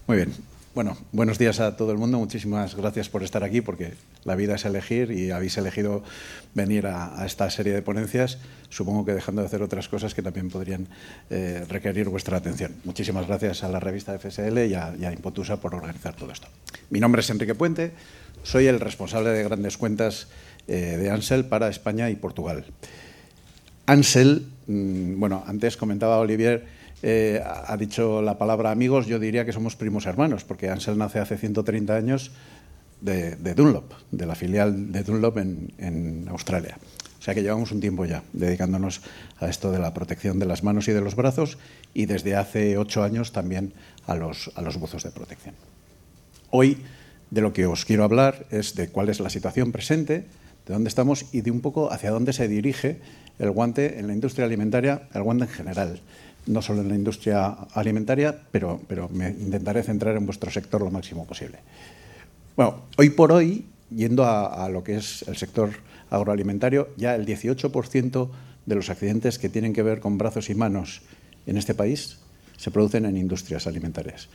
Muy bien. Bueno, buenos días a todo el mundo. Muchísimas gracias por estar aquí, porque la vida es elegir y habéis elegido venir a esta serie de ponencias, supongo que dejando de hacer otras cosas que también podrían requerir vuestra atención. Muchísimas gracias a la revista FSL y a Impotusa por organizar todo esto. Mi nombre es Enrique Puente, soy el responsable de grandes cuentas de Ansell para España y Portugal. Ansell, bueno, antes comentaba Olivier, ha dicho la palabra amigos. Yo diría que somos primos hermanos, porque Ansell nace hace 130 años de Dunlop, de la filial de Dunlop en Australia. O sea que llevamos un tiempo ya dedicándonos a esto de la protección de las manos y de los brazos, y desde hace 8 años también a los buzos de protección. Hoy de lo que os quiero hablar es de cuál es la situación presente, de dónde estamos y de un poco hacia dónde se dirige el guante en la industria alimentaria, el guante en general. No solo en la industria alimentaria, pero me intentaré centrar en vuestro sector lo máximo posible. Bueno, hoy por hoy, yendo a lo que es el sector agroalimentario, ya el 18% de los accidentes que tienen que ver con brazos y manos en este país se producen en industrias alimentarias.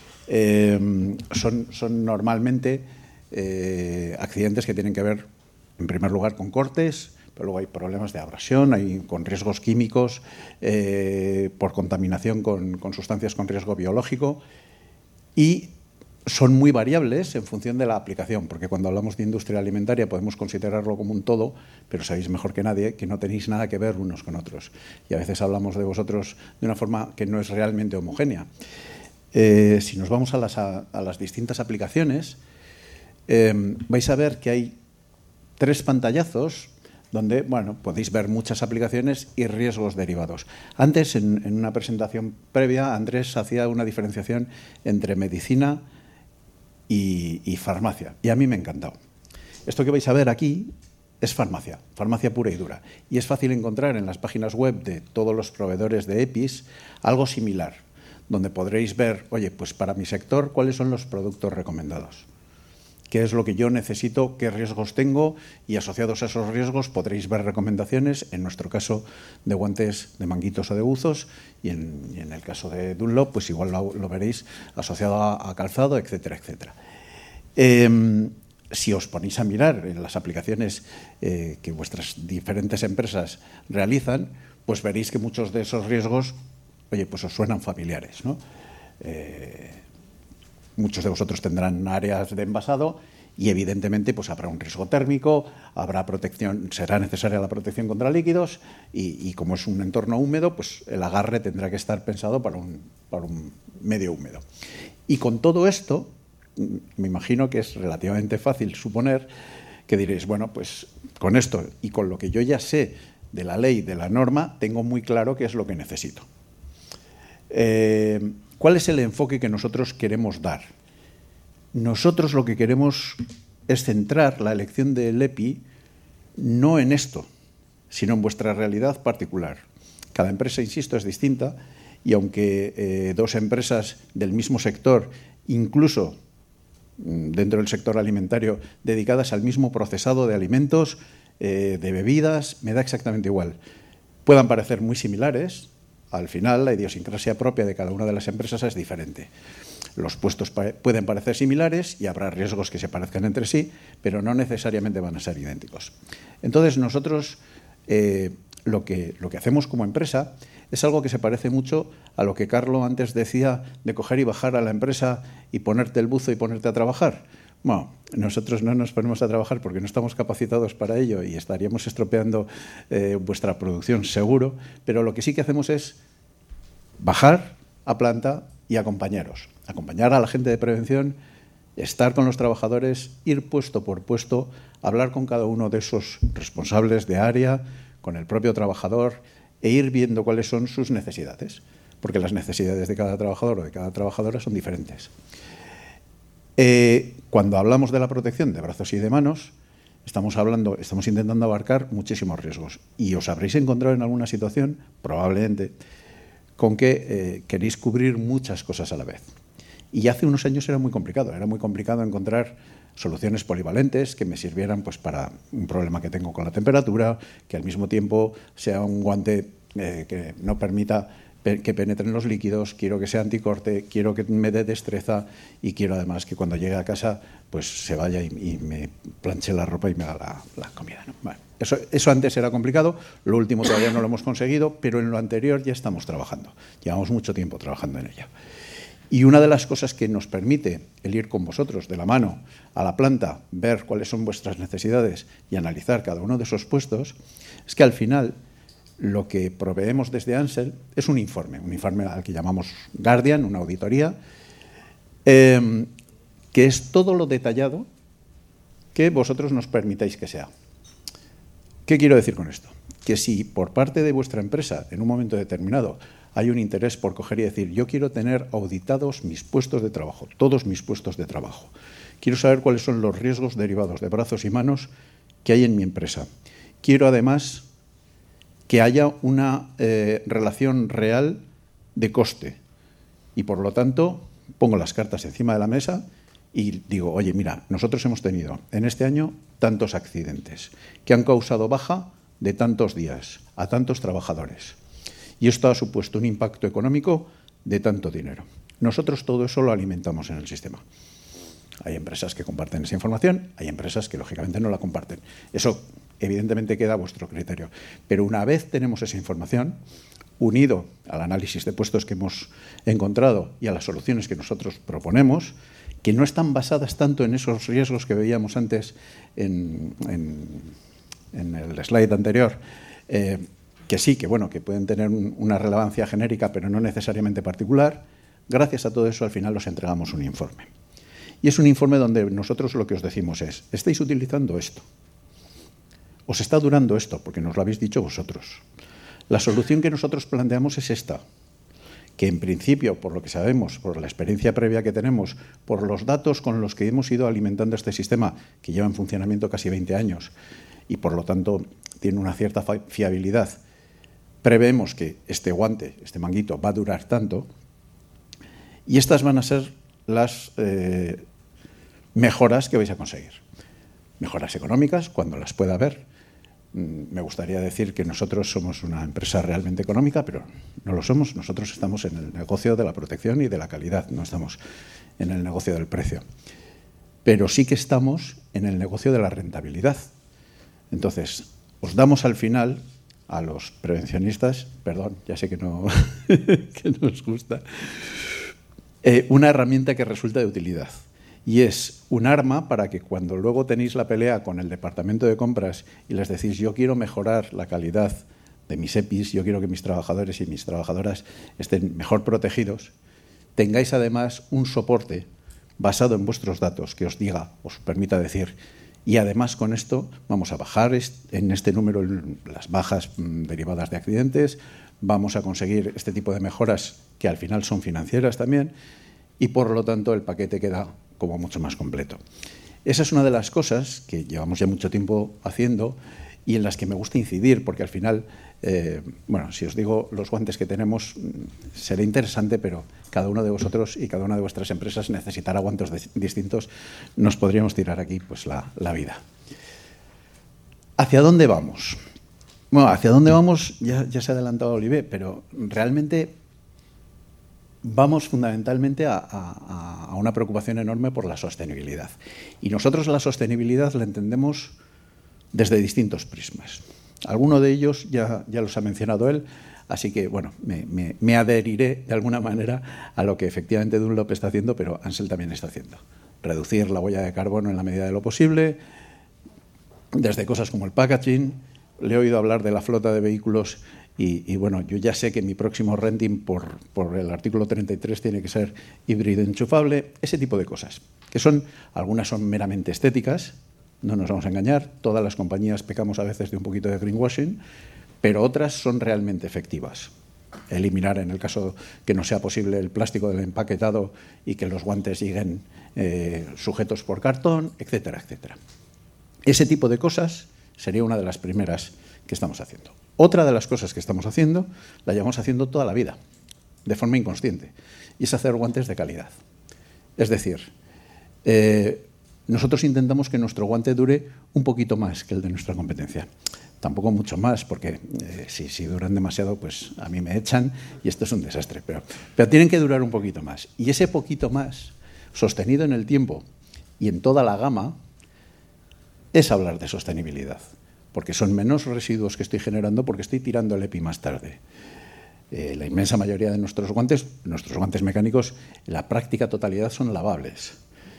Son normalmente accidentes que tienen que ver, en primer lugar, con cortes, pero luego hay problemas de abrasión, con riesgos químicos, por contaminación con sustancias con riesgo biológico, y son muy variables en función de la aplicación, porque cuando hablamos de industria alimentaria podemos considerarlo como un todo, pero sabéis mejor que nadie que no tenéis nada que ver unos con otros. Y a veces hablamos de vosotros de una forma que no es realmente homogénea. Si nos vamos a las distintas aplicaciones, vais a ver que hay 3 pantallazos donde, bueno, podéis ver muchas aplicaciones y riesgos derivados. Antes, en una presentación previa, Andrés hacía una diferenciación entre medicina y farmacia, y a mí me ha encantado. Esto que vais a ver aquí es farmacia pura y dura, y es fácil encontrar en las páginas web de todos los proveedores de EPIs algo similar, donde podréis ver, oye, pues para mi sector, ¿cuáles son los productos recomendados? ¿Qué es lo que yo necesito? ¿Qué riesgos tengo? Y asociados a esos riesgos podréis ver recomendaciones, en nuestro caso de guantes de manguitos o de buzos, y en el caso de Dunlop, pues igual lo veréis asociado a calzado, etcétera, etcétera. Si os ponéis a mirar en las aplicaciones que vuestras diferentes empresas realizan, pues veréis que muchos de esos riesgos, oye, pues os suenan familiares, ¿no? Muchos de vosotros tendrán áreas de envasado y, evidentemente, pues habrá un riesgo térmico, habrá protección, será necesaria la protección contra líquidos y como es un entorno húmedo, pues el agarre tendrá que estar pensado para un medio húmedo. Y con todo esto, me imagino que es relativamente fácil suponer que diréis, bueno, pues con esto y con lo que yo ya sé de la ley, de la norma, tengo muy claro qué es lo que necesito. ¿Cuál es el enfoque que nosotros queremos dar? Nosotros lo que queremos es centrar la elección del EPI no en esto, sino en vuestra realidad particular. Cada empresa, insisto, es distinta, y aunque 2 empresas del mismo sector, incluso dentro del sector alimentario, dedicadas al mismo procesado de alimentos, de bebidas, me da exactamente igual. Puedan parecer muy similares. Al final, la idiosincrasia propia de cada una de las empresas es diferente. Los puestos pueden parecer similares y habrá riesgos que se parezcan entre sí, pero no necesariamente van a ser idénticos. Entonces, nosotros lo que hacemos como empresa es algo que se parece mucho a lo que Carlo antes decía de coger y bajar a la empresa y ponerte el buzo y ponerte a trabajar. Bueno, nosotros no nos ponemos a trabajar porque no estamos capacitados para ello y estaríamos estropeando vuestra producción seguro, pero lo que sí que hacemos es bajar a planta y acompañaros. Acompañar a la gente de prevención, estar con los trabajadores, ir puesto por puesto, hablar con cada uno de esos responsables de área, con el propio trabajador, e ir viendo cuáles son sus necesidades, porque las necesidades de cada trabajador o de cada trabajadora son diferentes. Cuando hablamos de la protección de brazos y de manos, estamos intentando abarcar muchísimos riesgos, y os habréis encontrado en alguna situación, probablemente, con que queréis cubrir muchas cosas a la vez. Y hace unos años era muy complicado encontrar soluciones polivalentes que me sirvieran pues para un problema que tengo con la temperatura, que al mismo tiempo sea un guante que no permita que penetren los líquidos, quiero que sea anticorte, quiero que me dé destreza y quiero además que cuando llegue a casa pues se vaya y me planche la ropa y me haga la comida, ¿no? Bueno, eso antes era complicado, lo último todavía no lo hemos conseguido, pero en lo anterior ya estamos trabajando, llevamos mucho tiempo trabajando en ello. Y una de las cosas que nos permite el ir con vosotros de la mano a la planta, ver cuáles son vuestras necesidades y analizar cada uno de esos puestos, es que al final lo que proveemos desde Ansell es un informe al que llamamos Guardian, una auditoría, que es todo lo detallado que vosotros nos permitáis que sea. ¿Qué quiero decir con esto? Que si por parte de vuestra empresa, en un momento determinado, hay un interés por coger y decir, yo quiero tener auditados mis puestos de trabajo, todos mis puestos de trabajo. Quiero saber cuáles son los riesgos derivados de brazos y manos que hay en mi empresa. Quiero además que haya una relación real de coste y, por lo tanto, pongo las cartas encima de la mesa y digo, oye, mira, nosotros hemos tenido en este año tantos accidentes que han causado baja de tantos días a tantos trabajadores. Y esto ha supuesto un impacto económico de tanto dinero. Nosotros todo eso lo alimentamos en el sistema. Hay empresas que comparten esa información, hay empresas que lógicamente no la comparten. Eso evidentemente queda a vuestro criterio. Pero una vez tenemos esa información, unido al análisis de puestos que hemos encontrado y a las soluciones que nosotros proponemos, que no están basadas tanto en esos riesgos que veíamos antes en el slide anterior, que sí, que bueno, que pueden tener una relevancia genérica, pero no necesariamente particular. Gracias a todo eso, al final os entregamos un informe. Y es un informe donde nosotros lo que os decimos es, estáis utilizando esto, os está durando esto, porque nos lo habéis dicho vosotros. La solución que nosotros planteamos es esta, que en principio, por lo que sabemos, por la experiencia previa que tenemos, por los datos con los que hemos ido alimentando este sistema, que lleva en funcionamiento casi 20 años, y por lo tanto tiene una cierta fiabilidad, preveemos que este guante, este manguito, va a durar tanto, y estas van a ser las mejoras que vais a conseguir. Mejoras económicas, cuando las pueda haber. Me gustaría decir que nosotros somos una empresa realmente económica, pero no lo somos. Nosotros estamos en el negocio de la protección y de la calidad, no estamos en el negocio del precio. Pero sí que estamos en el negocio de la rentabilidad. Entonces, os damos al final a los prevencionistas, perdón, ya sé que no, que no os gusta, una herramienta que resulta de utilidad. Y es un arma para que cuando luego tenéis la pelea con el departamento de compras y les decís, yo quiero mejorar la calidad de mis EPIs, yo quiero que mis trabajadores y mis trabajadoras estén mejor protegidos, tengáis además un soporte basado en vuestros datos que os diga, os permita decir, y además con esto vamos a bajar en este número las bajas derivadas de accidentes, vamos a conseguir este tipo de mejoras que al final son financieras también y por lo tanto el paquete queda como mucho más completo. Esa es una de las cosas que llevamos ya mucho tiempo haciendo y en las que me gusta incidir porque al final, bueno, si os digo los guantes que tenemos, será interesante, pero cada uno de vosotros y cada una de vuestras empresas necesitará guantes distintos. Nos podríamos tirar aquí pues la vida. ¿Hacia dónde vamos? Bueno, hacia dónde vamos ya se ha adelantado Olivier, pero realmente vamos fundamentalmente a una preocupación enorme por la sostenibilidad. Y nosotros la sostenibilidad la entendemos desde distintos prismas. Alguno de ellos ya los ha mencionado él, así que bueno, me adheriré de alguna manera a lo que efectivamente Dunlop está haciendo, pero Ansell también está haciendo. Reducir la huella de carbono en la medida de lo posible, desde cosas como el packaging. Le he oído hablar de la flota de vehículos y bueno, yo ya sé que mi próximo renting por el artículo 33 tiene que ser híbrido enchufable, ese tipo de cosas, que algunas son meramente estéticas, no nos vamos a engañar, todas las compañías pecamos a veces de un poquito de greenwashing, pero otras son realmente efectivas. Eliminar, en el caso que no sea posible, el plástico del empaquetado y que los guantes lleguen sujetos por cartón, etcétera, etcétera. Ese tipo de cosas sería una de las primeras que estamos haciendo. Otra de las cosas que estamos haciendo, la llevamos haciendo toda la vida, de forma inconsciente, y es hacer guantes de calidad. Es decir, nosotros intentamos que nuestro guante dure un poquito más que el de nuestra competencia. Tampoco mucho más, porque si duran demasiado, pues a mí me echan y esto es un desastre. Pero tienen que durar un poquito más. Y ese poquito más, sostenido en el tiempo y en toda la gama, es hablar de sostenibilidad. Porque son menos residuos que estoy generando porque estoy tirando el EPI más tarde. La inmensa mayoría de nuestros guantes mecánicos, la práctica totalidad son lavables.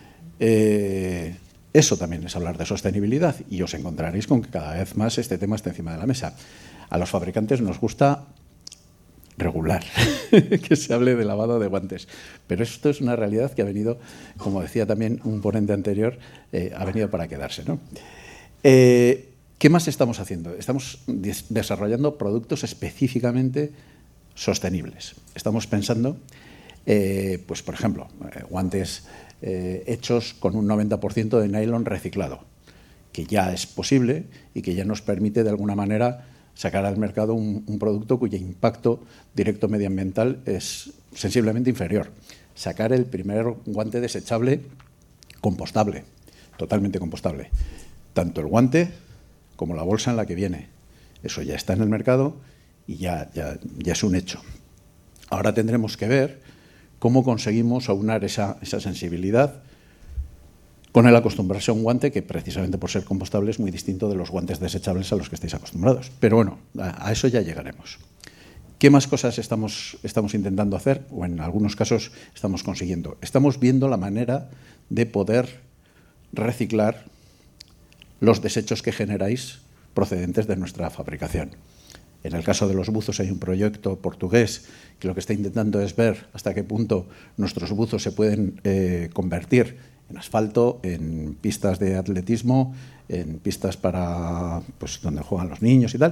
Eso también es hablar de sostenibilidad y os encontraréis con que cada vez más este tema está encima de la mesa. A los fabricantes nos gusta regular que se hable de lavado de guantes, pero esto es una realidad que ha venido, como decía también un ponente anterior, ha venido para quedarse, ¿no? ¿Qué más estamos haciendo? Estamos desarrollando productos específicamente sostenibles. Estamos pensando, pues por ejemplo, guantes hechos con un 90% de nylon reciclado, que ya es posible y que ya nos permite de alguna manera sacar al mercado un producto cuyo impacto directo medioambiental es sensiblemente inferior. Sacar el primer guante desechable compostable, totalmente compostable. Tanto el guante como la bolsa en la que viene. Eso ya está en el mercado y ya es un hecho. Ahora tendremos que ver cómo conseguimos aunar esa sensibilidad con el acostumbrarse a un guante que, precisamente por ser compostable, es muy distinto de los guantes desechables a los que estáis acostumbrados. Pero bueno, a eso ya llegaremos. ¿Qué más cosas estamos intentando hacer? O en algunos casos estamos consiguiendo. Estamos viendo la manera de poder reciclar los desechos que generáis procedentes de nuestra fabricación. En el caso de los buzos hay un proyecto portugués que lo que está intentando es ver hasta qué punto nuestros buzos se pueden convertir en asfalto, en pistas de atletismo, en pistas para pues, donde juegan los niños y tal.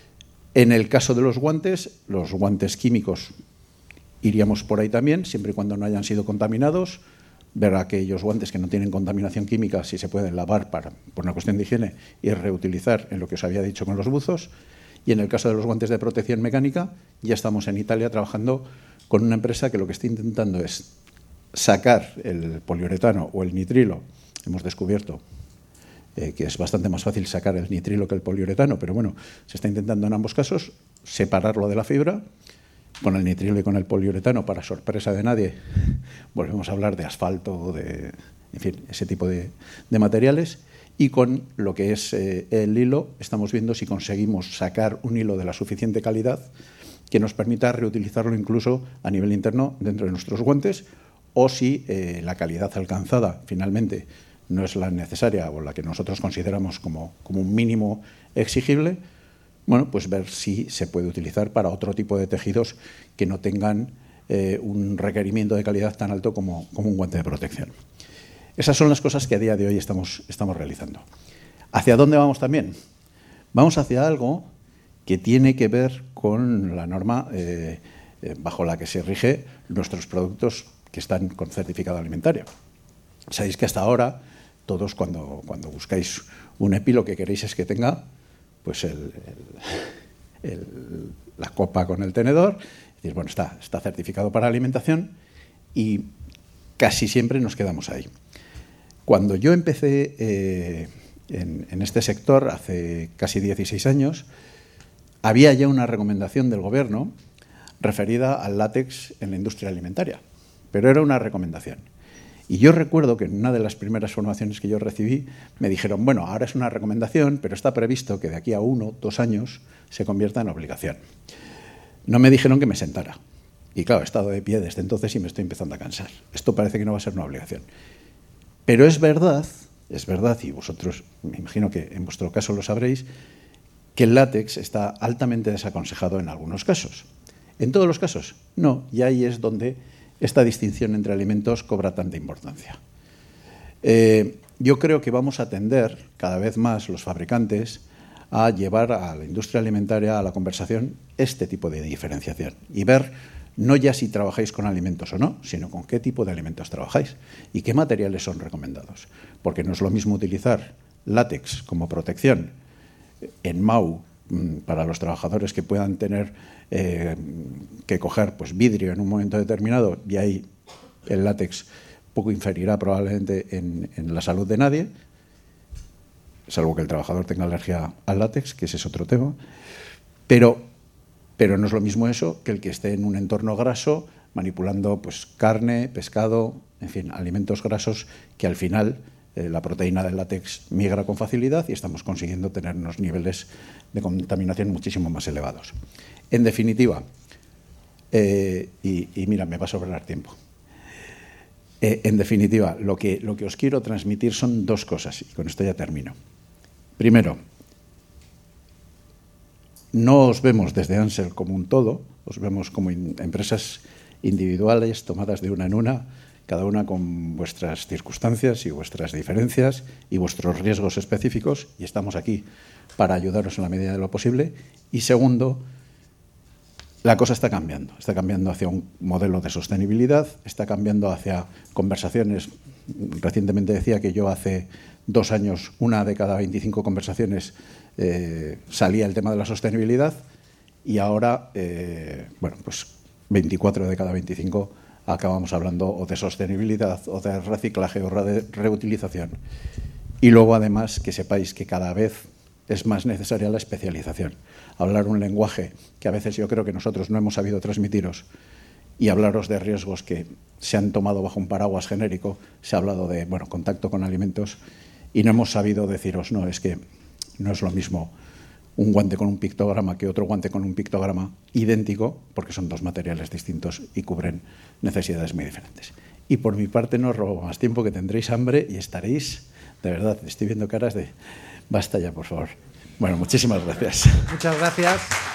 En el caso de los guantes químicos iríamos por ahí también, siempre y cuando no hayan sido contaminados, ver aquellos guantes que no tienen contaminación química, si se pueden lavar por una cuestión de higiene y reutilizar en lo que os había dicho con los buzos. Y en el caso de los guantes de protección mecánica, ya estamos en Italia trabajando con una empresa que lo que está intentando es sacar el poliuretano o el nitrilo. Hemos descubierto que es bastante más fácil sacar el nitrilo que el poliuretano, pero bueno, se está intentando en ambos casos separarlo de la fibra. Con el nitrilo y con el poliuretano, para sorpresa de nadie, volvemos a hablar de asfalto, en fin, ese tipo de materiales. Y con lo que es el hilo, estamos viendo si conseguimos sacar un hilo de la suficiente calidad que nos permita reutilizarlo incluso a nivel interno dentro de nuestros guantes, o si la calidad alcanzada finalmente no es la necesaria o la que nosotros consideramos como un mínimo exigible, bueno, pues ver si se puede utilizar para otro tipo de tejidos que no tengan un requerimiento de calidad tan alto como un guante de protección. Esas son las cosas que a día de hoy estamos realizando. ¿Hacia dónde vamos también? Vamos hacia algo que tiene que ver con la norma bajo la que se rige nuestros productos que están con certificado alimentario. Sabéis que hasta ahora, todos cuando buscáis un EPI, lo que queréis es que tenga pues la copa con el tenedor, es decir, bueno, está certificado para alimentación y casi siempre nos quedamos ahí. Cuando yo empecé en este sector, hace casi 16 años, había ya una recomendación del Gobierno referida al látex en la industria alimentaria, pero era una recomendación. Y yo recuerdo que en una de las primeras formaciones que yo recibí me dijeron, bueno, ahora es una recomendación, pero está previsto que de aquí a 1 o 2 años se convierta en obligación. No me dijeron que me sentara. Y claro, he estado de pie desde entonces y me estoy empezando a cansar. Esto parece que no va a ser una obligación. Pero es verdad, y vosotros me imagino que en vuestro caso lo sabréis, que el látex está altamente desaconsejado en algunos casos. ¿En todos los casos? No, y ahí es donde esta distinción entre alimentos cobra tanta importancia. Yo creo que vamos a tender cada vez más los fabricantes a llevar a la industria alimentaria a la conversación este tipo de diferenciación y ver no ya si trabajáis con alimentos o no, sino con qué tipo de alimentos trabajáis y qué materiales son recomendados. Porque no es lo mismo utilizar látex como protección en MAU para los trabajadores que puedan tener que coger pues, vidrio en un momento determinado y ahí el látex poco inferirá probablemente en la salud de nadie, salvo que el trabajador tenga alergia al látex, que ese es otro tema, pero no es lo mismo eso que el que esté en un entorno graso manipulando pues, carne, pescado, en fin, alimentos grasos que al final la proteína del látex migra con facilidad y estamos consiguiendo tener unos niveles de contaminación muchísimo más elevados. En definitiva, y mira, me va a sobrar tiempo. En definitiva, lo que os quiero transmitir son dos cosas, y con esto ya termino. Primero, no os vemos desde Ansell como un todo, os vemos como empresas individuales tomadas de una en una, cada una con vuestras circunstancias y vuestras diferencias y vuestros riesgos específicos, y estamos aquí para ayudaros en la medida de lo posible. Y segundo, la cosa está cambiando hacia un modelo de sostenibilidad, está cambiando hacia conversaciones. Recientemente decía que yo hace 2 años, una de cada 25 conversaciones salía el tema de la sostenibilidad y ahora, bueno, pues 24 de cada 25 acabamos hablando o de sostenibilidad o de reciclaje o de reutilización. Y luego, además, que sepáis que cada vez es más necesaria la especialización. Hablar un lenguaje que a veces yo creo que nosotros no hemos sabido transmitiros y hablaros de riesgos que se han tomado bajo un paraguas genérico. Se ha hablado de contacto con alimentos y no hemos sabido deciros, no, es que no es lo mismo un guante con un pictograma que otro guante con un pictograma idéntico, porque son 2 materiales distintos y cubren necesidades muy diferentes. Y por mi parte no os robo más tiempo, que tendréis hambre y estaréis, de verdad, estoy viendo caras de basta ya, por favor. Bueno, muchísimas gracias. Muchas gracias.